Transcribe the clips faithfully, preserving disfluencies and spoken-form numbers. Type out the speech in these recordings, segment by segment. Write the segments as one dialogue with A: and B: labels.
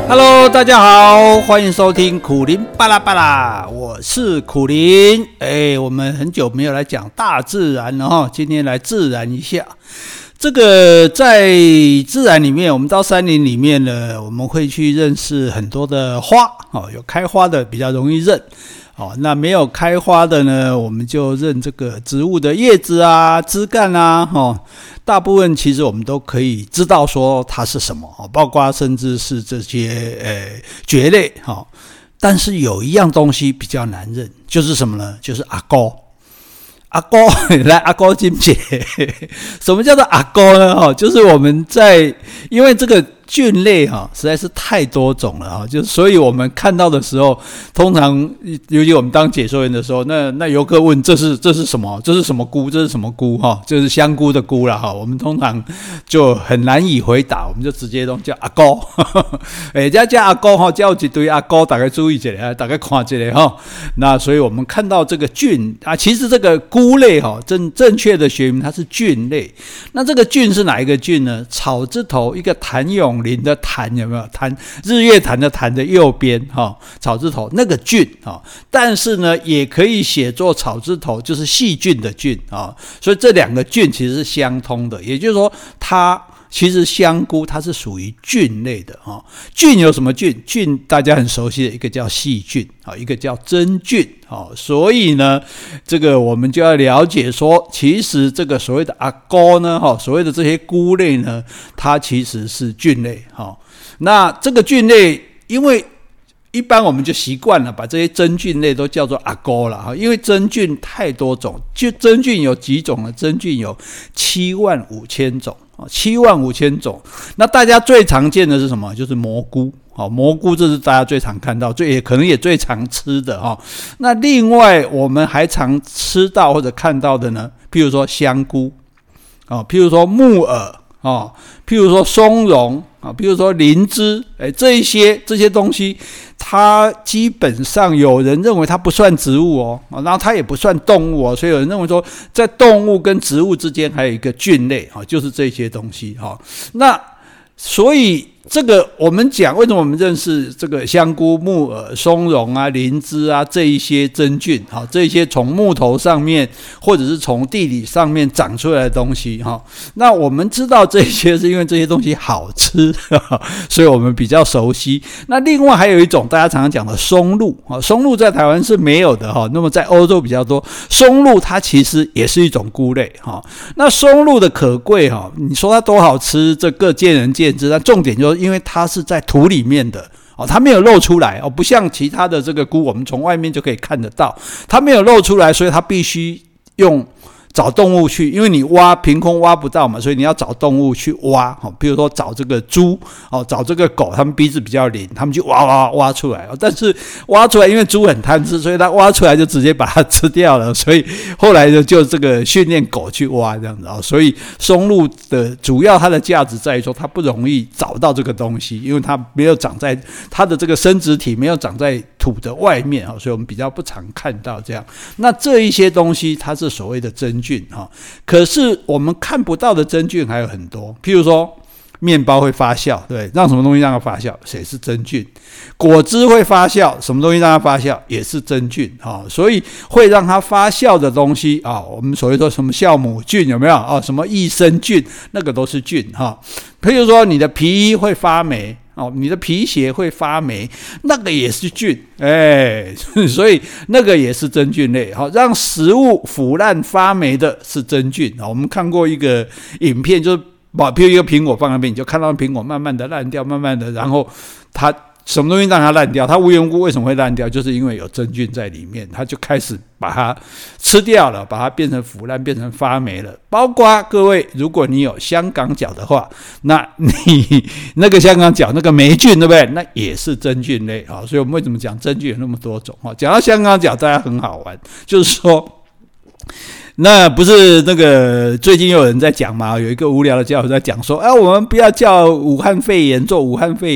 A: Hello， 大家好，欢迎收听苦苓巴拉巴拉，我是苦苓。哎，我们很久没有来讲大自然了哈，今天来自然一下。这个在自然里面，我们到山林里面呢，我们会去认识很多的花哦，有开花的比较容易认。哦，那没有开花的呢，我们就认这个植物的叶子啊、枝干啊，哦，大部分其实我们都可以知道说它是什么，哦，包括甚至是这些呃蕨类，哦，但是有一样东西比较难认，就是什么呢？就是阿膏。阿膏，来阿膏金姐，什么叫做阿膏呢？哦，就是我们在因为这个菌类哈实在是太多种了哈，就所以我们看到的时候，通常尤其我们当解说员的时候，那那游客问这是这是什么？这是什么菇？这是什么菇？哈，就是香菇的菇啦哈。我们通常就很难以回答，我们就直接都叫阿膏。哎，家叫阿膏哈，叫一堆阿膏，大家注意一下，大家看一下哈。那所以我们看到这个菌啊，其实这个菇类哈，正正确的学名它是菌类。那这个菌是哪一个菌呢？草字头一个谭咏麟的谭，有没有？谭日月潭的潭的右边哈，草字头那个菌哈，但是呢也可以写作草字头就是细菌的菌啊，所以这两个菌其实是相通的，也就是说它。其实香菇它是属于菌类的哈，菌有什么菌？菌大家很熟悉的一个叫细菌啊，一个叫真菌啊，所以呢，这个我们就要了解说，其实这个所谓的阿膏呢，哈，所谓的这些菇类呢，它其实是菌类哈。那这个菌类，因为一般我们就习惯了把这些真菌类都叫做阿膏了哈，因为真菌太多种，就真菌有几种呢？真菌有七万五千种。七万五千种，那大家最常见的是什么？就是蘑菇。好，蘑菇这是大家最常看到，最也可能也最常吃的哈。那另外我们还常吃到或者看到的呢，譬如说香菇，哦，譬如说木耳，哦，譬如说松茸啊，譬如说灵芝，哎，这一些这些东西，它基本上有人认为它不算植物哦，然后它也不算动物哦，所以有人认为说，在动物跟植物之间还有一个菌类啊，就是这些东西哈。那所以这个我们讲，为什么我们认识这个香菇、木耳、松茸啊、灵芝啊这一些真菌，好，这一些从木头上面或者是从地理上面长出来的东西哈。那我们知道这些是因为这些东西好吃，所以我们比较熟悉。那另外还有一种大家常常讲的松露，松露在台湾是没有的哈，那么在欧洲比较多。松露它其实也是一种菇类哈。那松露的可贵哈，你说它多好吃，这个见仁见智。那重点就是因为它是在土里面的哦，它没有露出来哦，不像其他的这个菇，我们从外面就可以看得到，它没有露出来，所以它必须用找动物去，因为你挖凭空挖不到嘛，所以你要找动物去挖，比如说找这个猪，找这个狗，它们鼻子比较灵，它们就挖挖挖出来，但是挖出来因为猪很贪吃，所以它挖出来就直接把它吃掉了，所以后来就这个训练狗去挖这样子，所以松露的主要它的价值在于说它不容易找到这个东西，因为它没有长在它的这个生殖体没有长在土的外面，所以我们比较不常看到这样。那这一些东西它是所谓的真菌，可是我们看不到的真菌还有很多，譬如说面包会发酵，对，让什么东西让它发酵，也是真菌。果汁会发酵，什么东西让它发酵，也是真菌。所以会让它发酵的东西，我们所谓说什么酵母菌有没有，什么益生菌，那个都是菌。譬如说你的皮衣会发霉，哦，你的皮鞋会发霉，那个也是菌，哎，所以那个也是真菌类。好，让食物腐烂发霉的是真菌。我们看过一个影片，就是把譬如一个苹果放那边，你就看到苹果慢慢的烂掉，慢慢的，然后它什么东西让它烂掉？它无缘无故为什么会烂掉？就是因为有真菌在里面，它就开始把它吃掉了，把它变成腐烂，变成发霉了。包括各位，如果你有香港脚的话，那你那个香港脚那个霉菌，对不对？那也是真菌类啊。所以我们为什么讲真菌有那么多种？讲到香港脚，大家很好玩，就是说。那不是那个最近有人在讲嘛？有一个无聊的教授在讲说，啊，我们不要叫武汉肺炎做武汉肺炎，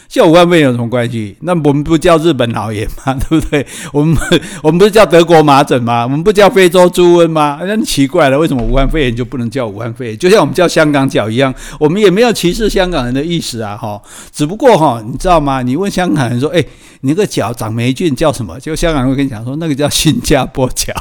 A: 叫武汉肺炎有什么关系？那我们不叫日本脑炎吗？对不对？我们我们不是叫德国麻疹吗？我们不叫非洲猪瘟吗？那奇怪了，为什么武汉肺炎就不能叫武汉肺炎？就像我们叫香港脚一样，我们也没有歧视香港人的意思啊，哈。只不过哈，你知道吗？你问香港人说，哎、欸，你那个脚长霉菌叫什么？就香港人会跟你讲说，那个叫新加坡脚。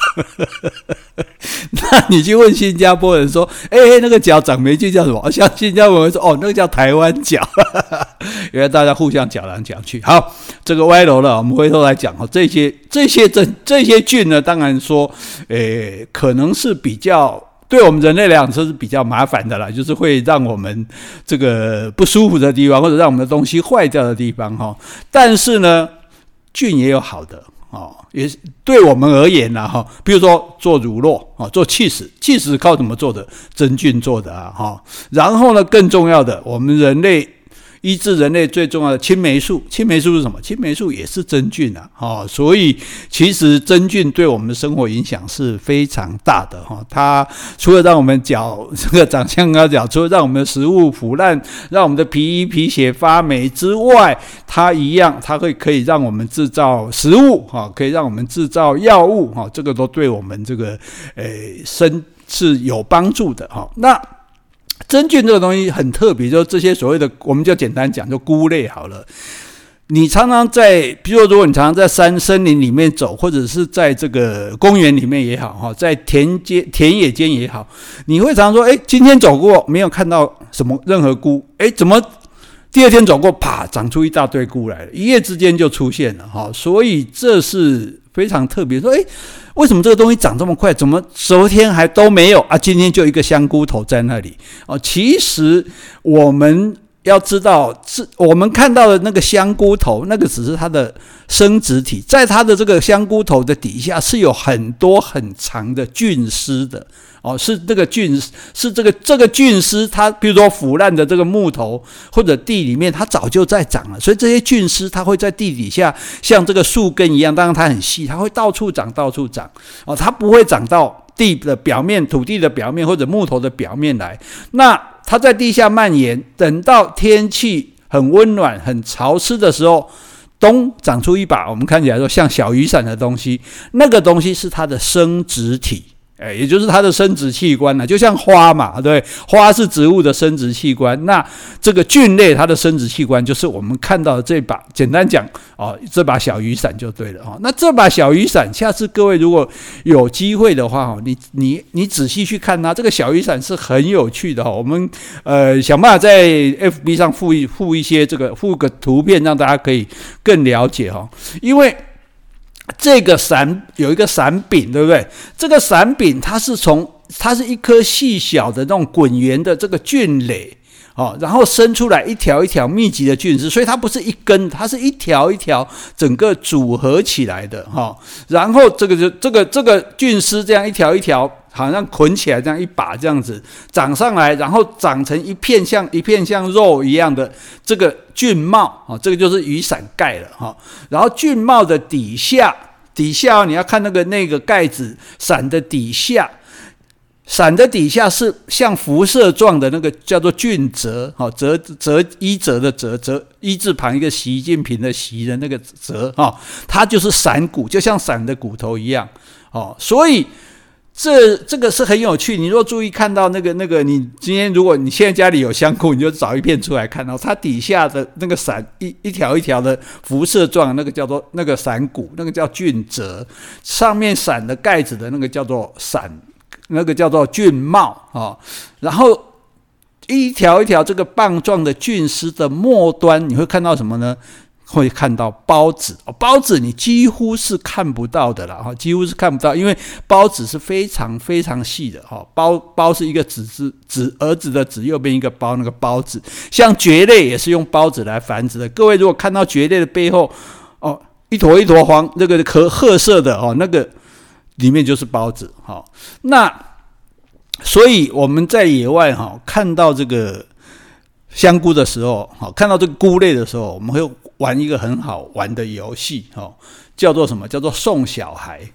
A: 那你去问新加坡人说，哎、欸，那个脚长霉菌叫什么？像新加坡人说，哦，那个叫台湾脚。原来大家互相讲来讲去，好，这个歪楼了，我们回头来讲哈，这些这些这这些菌呢，当然说，诶，可能是比较对我们人类来讲说是比较麻烦的啦，就是会让我们这个不舒服的地方，或者让我们的东西坏掉的地方哈。但是呢，菌也有好的。哦，也对我们而言啦，哈，比如说做乳酪啊，做cheese，cheese靠怎么做的？真菌做的啊，哈。然后呢，更重要的，我们人类医治人类最重要的青霉素，青霉素是什么？青霉素也是真菌啊，哦，所以其实真菌对我们的生活影响是非常大的哈。它除了让我们脚这个长香蕉脚，除了让我们的食物腐烂，让我们的皮衣皮鞋发霉之外，它一样，它会可以让我们制造食物哈，可以让我们制造药物哈，这个都对我们这个呃身是有帮助的哈。那真菌这个东西很特别，就是这些所谓的，我们就简单讲，就菇类好了。你常常在，比如说，如果你常常在山森林里面走，或者是在这个公园里面也好，在田间田野间也好，你会常常说，哎，今天走过没有看到什么任何菇，哎，怎么第二天走过，啪，长出一大堆菇来了，一夜之间就出现了哈。所以这是非常特别，说，哎，为什么这个东西长这么快？怎么昨天还都没有啊？今天就一个香菇头在那里哦。其实我们要知道，我们看到的那个香菇头，那个只是它的生殖体，在它的这个香菇头的底下是有很多很长的菌丝的。哦，是这个菌，是这个这个菌丝，它比如说腐烂的这个木头或者地里面，它早就在长了，所以这些菌丝它会在地底下像这个树根一样，当然它很细，它会到处长到处长哦，它不会长到地的表面、土地的表面或者木头的表面来。那它在地下蔓延，等到天气很温暖、很潮湿的时候，咚，长出一把我们看起来说像小雨伞的东西，那个东西是它的生殖体。也就是它的生殖器官呢，就像花嘛，对，花是植物的生殖器官。那这个菌类它的生殖器官就是我们看到的这把，简单讲哦，这把小雨伞就对了哦。那这把小雨伞，下次各位如果有机会的话，你你你仔细去看它，这个小雨伞是很有趣的哈。我们呃想办法在 F B 上附一附一些这个附个图片，让大家可以更了解哈，因为。这个伞有一个伞柄，对不对？这个伞柄它是从它是一颗细小的那种滚圆的这个菌蕾哦，然后生出来一条一条密集的菌丝，所以它不是一根，它是一条一条整个组合起来的哈、哦。然后这个就这个这个菌丝这样一条一条，好像捆起来这样一把这样子长上来，然后长成一片像一片像肉一样的这个菌帽、哦、这个就是雨伞盖了、哦、然后菌帽的底下底下、哦、你要看那个那个盖子伞的底下，伞的底下是像辐射状的那个叫做菌褶、哦、折折衣褶的折折一字旁一个习近平的习的那个折、哦、它就是伞骨，就像伞的骨头一样、哦、所以这这个是很有趣。你若注意看到那个那个，你今天如果你现在家里有香菇，你就找一片出来看到它底下的那个伞一一条一条的辐射状，那个叫做那个伞骨，那个叫菌褶，上面伞的盖子的那个叫做伞，那个叫做菌帽、哦、然后一条一条这个棒状的菌丝的末端，你会看到什么呢？会看到孢子，孢子你几乎是看不到的啦，几乎是看不到，因为孢子是非常非常细的，孢孢是一个子字子儿子的子右边一个孢，那个孢子，像蕨类也是用孢子来繁殖的。各位如果看到蕨类的背后哦，一坨一坨黄那个褐色的哦，那个里面就是孢子。好，那所以我们在野外哈看到这个香菇的时候，看到这个菇类的时候，我们会玩一个很好玩的游戏，叫做什么？叫做送小孩。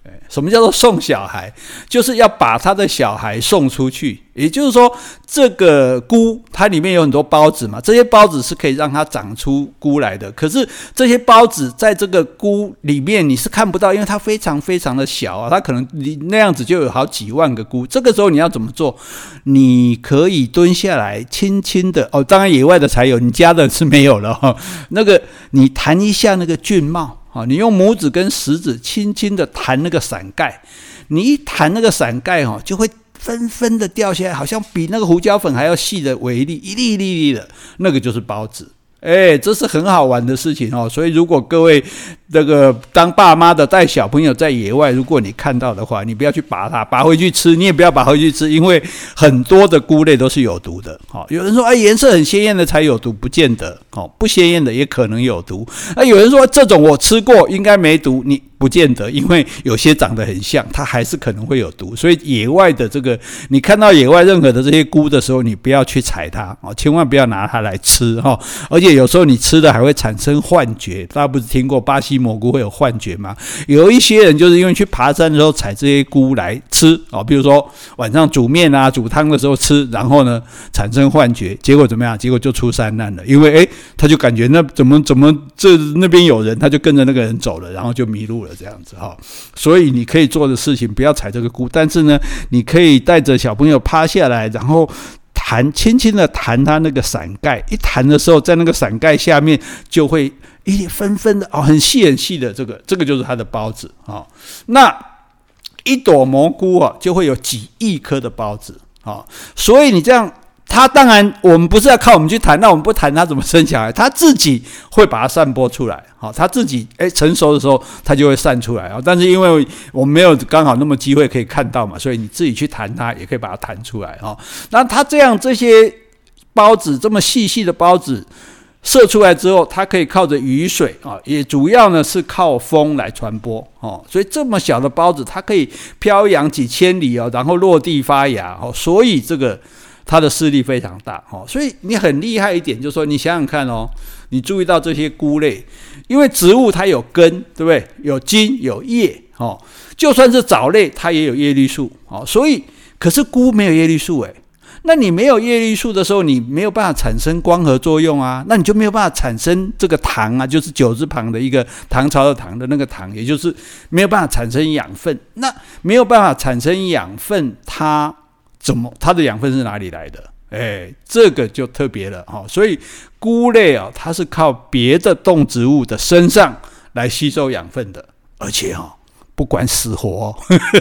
A: 什么叫做送小孩？就是要把他的小孩送出去。也就是说，这个菇它里面有很多孢子嘛，这些孢子是可以让它长出菇来的。可是这些孢子在这个菇里面你是看不到，因为它非常非常的小啊，它可能那样子就有好几万个菇。这个时候你要怎么做？你可以蹲下来，轻轻的哦，当然野外的才有，你家的是没有了哈、哦。那个你弹一下那个菌帽。好，你用拇指跟食指轻轻的弹那个伞盖，你一弹那个伞盖哦，就会纷纷的掉下来，好像比那个胡椒粉还要细的微粒，一粒一粒一粒的，那个就是孢子。哎，这是很好玩的事情哦。所以如果各位这个当爸妈的带小朋友在野外，如果你看到的话，你不要去拔它，拔回去吃，你也不要拔回去吃，因为很多的菇类都是有毒的。好，有人说哎，颜色很鲜艳的才有毒，不见得。好，不鲜艳的也可能有毒。那有人说这种我吃过，应该没毒，你不见得，因为有些长得很像，它还是可能会有毒。所以野外的这个，你看到野外任何的这些菇的时候，你不要去采它，千万不要拿它来吃。而且有时候你吃的还会产生幻觉，大家不是听过巴西蘑菇会有幻觉吗？有一些人就是因为去爬山的时候采这些菇来吃，比如说晚上煮面啊、煮汤的时候吃，然后呢产生幻觉，结果怎么样？结果就出山难了，因为诶他就感觉那怎么怎么这那边有人，他就跟着那个人走了，然后就迷路了这样子哈。所以你可以做的事情，不要采这个菇，但是呢，你可以带着小朋友趴下来，然后弹，轻轻的弹它那个伞盖，一弹的时候，在那个伞盖下面就会一纷纷的哦，很细很细的这个，这个就是它的孢子啊、哦。那一朵蘑菇啊，就会有几亿颗的孢子啊、哦，所以你这样。它当然，我们不是要靠我们去弹，那我们不弹，它怎么生小孩？它自己会把它散播出来，好，它自己哎成熟的时候，它就会散出来啊。但是因为我们没有刚好那么机会可以看到嘛，所以你自己去弹它，也可以把它弹出来啊。那它这样这些孢子这么细细的孢子射出来之后，它可以靠着雨水啊，也主要呢是靠风来传播哦。所以这么小的孢子，它可以飘扬几千里哦，然后落地发芽哦。所以这个。它的势力非常大，所以你很厉害一点，就是说你想想看哦，你注意到这些菇类，因为植物它有根，对不对？有茎有叶，就算是藻类它也有叶绿素，所以可是菇没有叶绿素诶，那你没有叶绿素的时候，你没有办法产生光合作用啊，那你就没有办法产生这个糖啊，就是九字旁的一个唐朝的唐的那个糖，也就是没有办法产生养分。那没有办法产生养分，它怎么它的养分是哪里来的？哎，这个就特别了哈。所以菇类啊，它是靠别的动植物的身上来吸收养分的，而且哈。不管死活、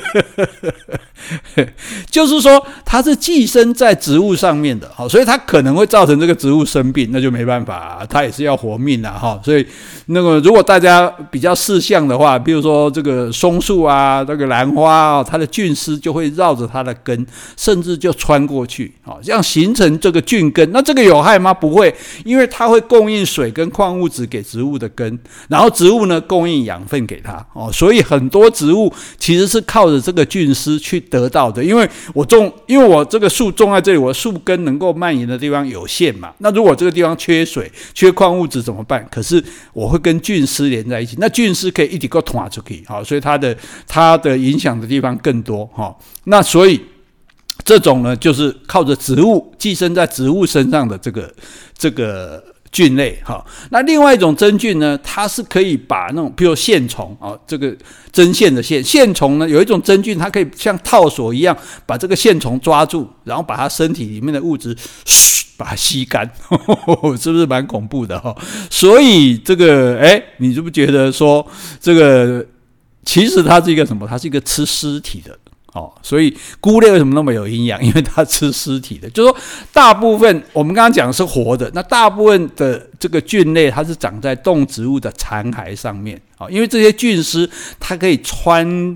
A: 哦，就是说它是寄生在植物上面的，所以它可能会造成这个植物生病，那就没办法、啊，它也是要活命啊，所以那个如果大家比较识相的话，比如说这个松树啊，这个兰花啊，它的菌丝就会绕着它的根，甚至就穿过去，这样形成这个菌根。那这个有害吗？不会，因为它会供应水跟矿物质给植物的根，然后植物呢供应养分给它，所以很多植物其实是靠着这个菌丝去得到的，因为我种，因为我这个树种在这里，我树根能够蔓延的地方有限嘛。那如果这个地方缺水、缺矿物质怎么办？可是我会跟菌丝连在一起，那菌丝可以一直够传出去，好，所以它的它的影响的地方更多哈。那所以这种呢，就是靠着植物寄生在植物身上的这个这个。菌类哈，那另外一种真菌呢，它是可以把那种，比如线虫啊，这个针线的线线虫呢，有一种真菌，它可以像套索一样把这个线虫抓住，然后把它身体里面的物质嘘把它吸干，呵呵，是不是蛮恐怖的哈？所以这个哎，你是不是觉得说这个其实它是一个什么？它是一个吃尸体的。哦，所以菇类为什么那么有营养？因为它吃尸体的，就是说大部分我们刚刚讲的是活的，那大部分的这个菌类它是长在动植物的残骸上面啊、哦，因为这些菌丝它可以穿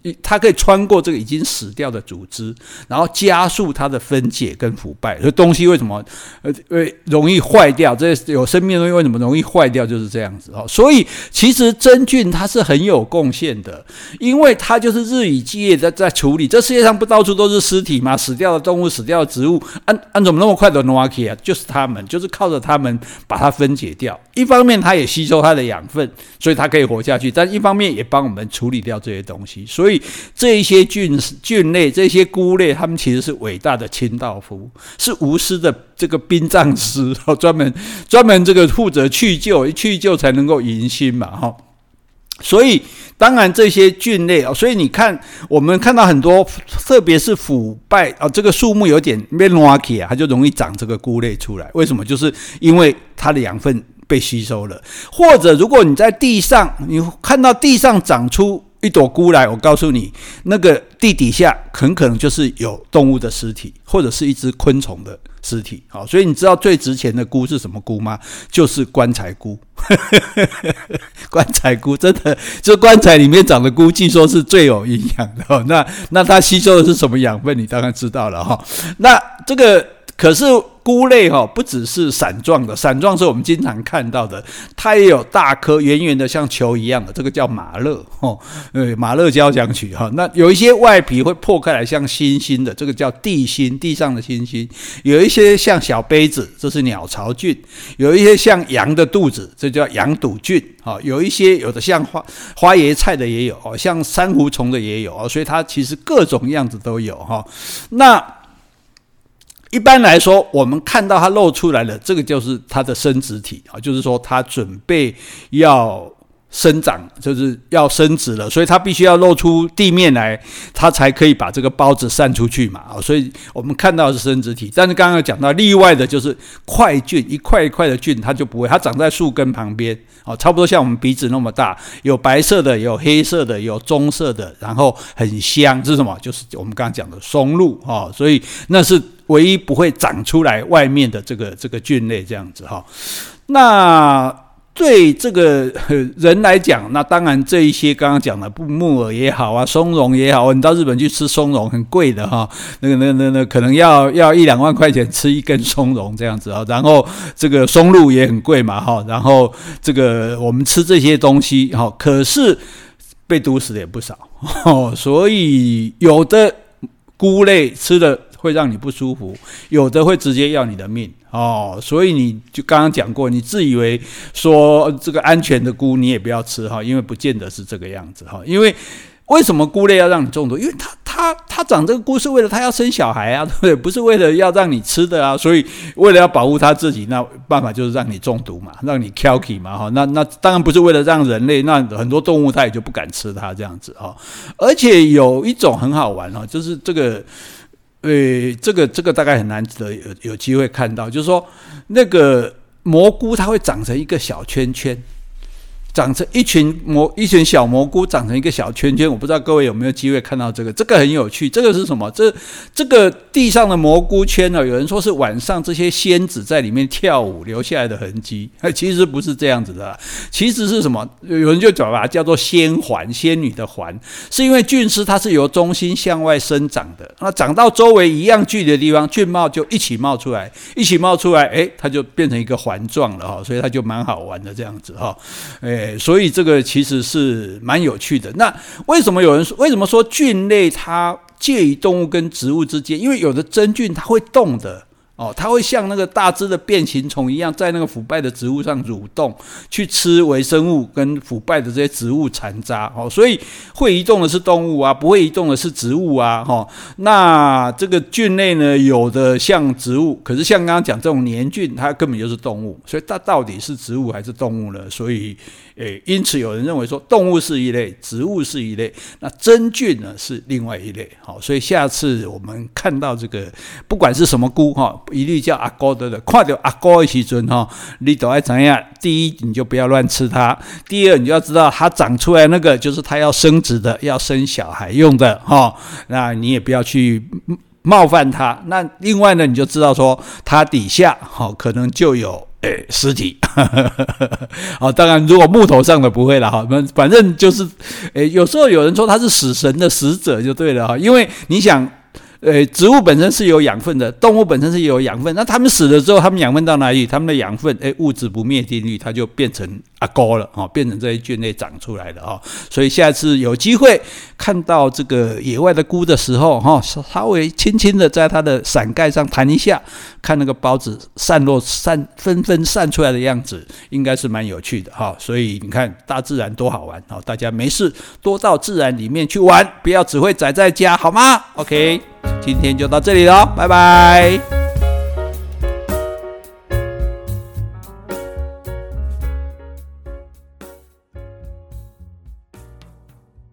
A: 它可以穿过这个已经死掉的组织，然后加速它的分解跟腐败。所以东西为什么呃容易坏掉？这有生命的东西为什么容易坏掉？就是这样子哦。所以其实真菌它是很有贡献的，因为它就是日以继夜的在处理。这世界上不到处都是尸体吗？死掉的动物、死掉的植物，按按怎么那么快的挪起啊？就是他们，就是靠着他们把它分解掉。一方面它也吸收它的养分，所以它可以活下去；但一方面也帮我们处理掉这些东西。所以这一些菌菌类、这些菇类，他们其实是伟大的清道夫，是无私的这个殡葬师，专门专门这个负责去救，去救才能够迎新嘛，哈。所以当然这些菌类，所以你看我们看到很多特别是腐败、哦、这个树木有点变烂起啊，它就容易长这个菇类出来。为什么？就是因为它的养分被吸收了。或者如果你在地上，你看到地上长出一朵菇来，我告诉你，那个地底下很可能就是有动物的尸体，或者是一只昆虫的尸体。好，所以你知道最值钱的菇是什么菇吗？就是棺材菇。棺材菇真的，这棺材里面长的菇，据说是最有营养的、哦。那那它吸收的是什么养分？你当然知道了哈、哦。那这个可是菇类哈、哦，不只是伞状的，伞状是我们经常看到的，它也有大颗圆圆的像球一样的，这个叫马勒哦，呃，马勒交响曲哈、哦。那有一些外皮会破开来像星星的，这个叫地星，地上的星星；有一些像小杯子，这是鸟巢菌；有一些像羊的肚子，这叫羊肚菌。哦、有一些有的像花花椰菜的也有、哦、像珊瑚虫的也有、哦、所以它其实各种样子都有、哦、那一般来说我们看到它露出来了，这个就是它的生殖体、哦、就是说它准备要生长，就是要生殖了，所以它必须要露出地面来，它才可以把这个孢子散出去嘛。所以我们看到的是生殖体，但是刚刚讲到例外的就是块菌，一块一块的菌它就不会，它长在树根旁边，差不多像我们鼻子那么大，有白色的，有黑色的，有棕色的，然后很香，这是什么？就是我们刚刚讲的松露，所以那是唯一不会长出来外面的这个这个菌类这样子。那对这个人来讲，那当然这一些刚刚讲的木耳也好啊，松茸也好，你到日本去吃松茸很贵的哈，那个那那那可能要要一两万块钱吃一根松茸这样子啊，然后这个松露也很贵嘛哈，然后这个我们吃这些东西哈，可是被毒死的也不少，所以有的菇类吃的会让你不舒服，有的会直接要你的命哦，所以你就刚刚讲过，你自以为说这个安全的菇你也不要吃哈，因为不见得是这个样子哈。因为为什么菇类要让你中毒？因为它它它长这个菇是为了它要生小孩啊，对不对？不是为了要让你吃的啊。所以为了要保护它自己，那办法就是让你中毒嘛，让你 kilky 嘛哈。那那当然不是为了让人类，那很多动物它也就不敢吃它这样子哈。而且有一种很好玩哈，就是这个。呃，这个这个大概很难得有有机会看到，就是说那个蘑菇它会长成一个小圈圈，长成一群蘑一群小蘑菇长成一个小圈圈，我不知道各位有没有机会看到这个，这个很有趣。这个是什么？这这个地上的蘑菇圈呢？有人说是晚上这些仙子在里面跳舞留下来的痕迹，其实不是这样子的。其实是什么？有人就把它叫做仙环，仙女的环，是因为菌丝它是由中心向外生长的，那长到周围一样距离的地方，菌帽就一起冒出来，一起冒出来，哎，它就变成一个环状了哈，所以它就蛮好玩的这样子哈，哎。所以这个其实是蛮有趣的。那为什么有人说，为什么说菌类它介于动物跟植物之间？因为有的真菌它会动的哦，它会像那个大只的变形虫一样，在那个腐败的植物上蠕动，去吃微生物跟腐败的这些植物残渣哦。所以会移动的是动物啊，不会移动的是植物啊。哦，那这个菌类呢，有的像植物，可是像刚刚讲这种黏菌，它根本就是动物，所以它到底是植物还是动物呢？所以，诶，因此有人认为说，动物是一类，植物是一类，那真菌呢是另外一类。好，所以下次我们看到这个，不管是什么菇哈。一律叫阿哥的了，看到阿哥的时阵哈，你都要怎样？第一，你就不要乱吃它；第二，你就要知道它长出来那个就是它要生殖的，要生小孩用的哈。那你也不要去冒犯它。那另外呢，你就知道说它底下哈可能就有诶，尸体，好，当然如果木头上的不会了哈，反正就是，诶，有时候有人说他是死神的使者就对了哈，因为你想。呃，植物本身是有养分的，动物本身是有养分，那它们死了之后，它们养分到哪里？它们的养分，哎，物质不灭定律，它就变成阿膏了，哦，变成这些菌类长出来的哦。所以下次有机会看到这个野外的菇的时候，哈、哦，稍微轻轻的在它的伞盖上弹一下，看那个孢子散落、散纷纷散出来的样子，应该是蛮有趣的哈、哦。所以你看，大自然多好玩哦！大家没事多到自然里面去玩，不要只会宅在家，好吗 ？OK。今天就到这里了，拜拜。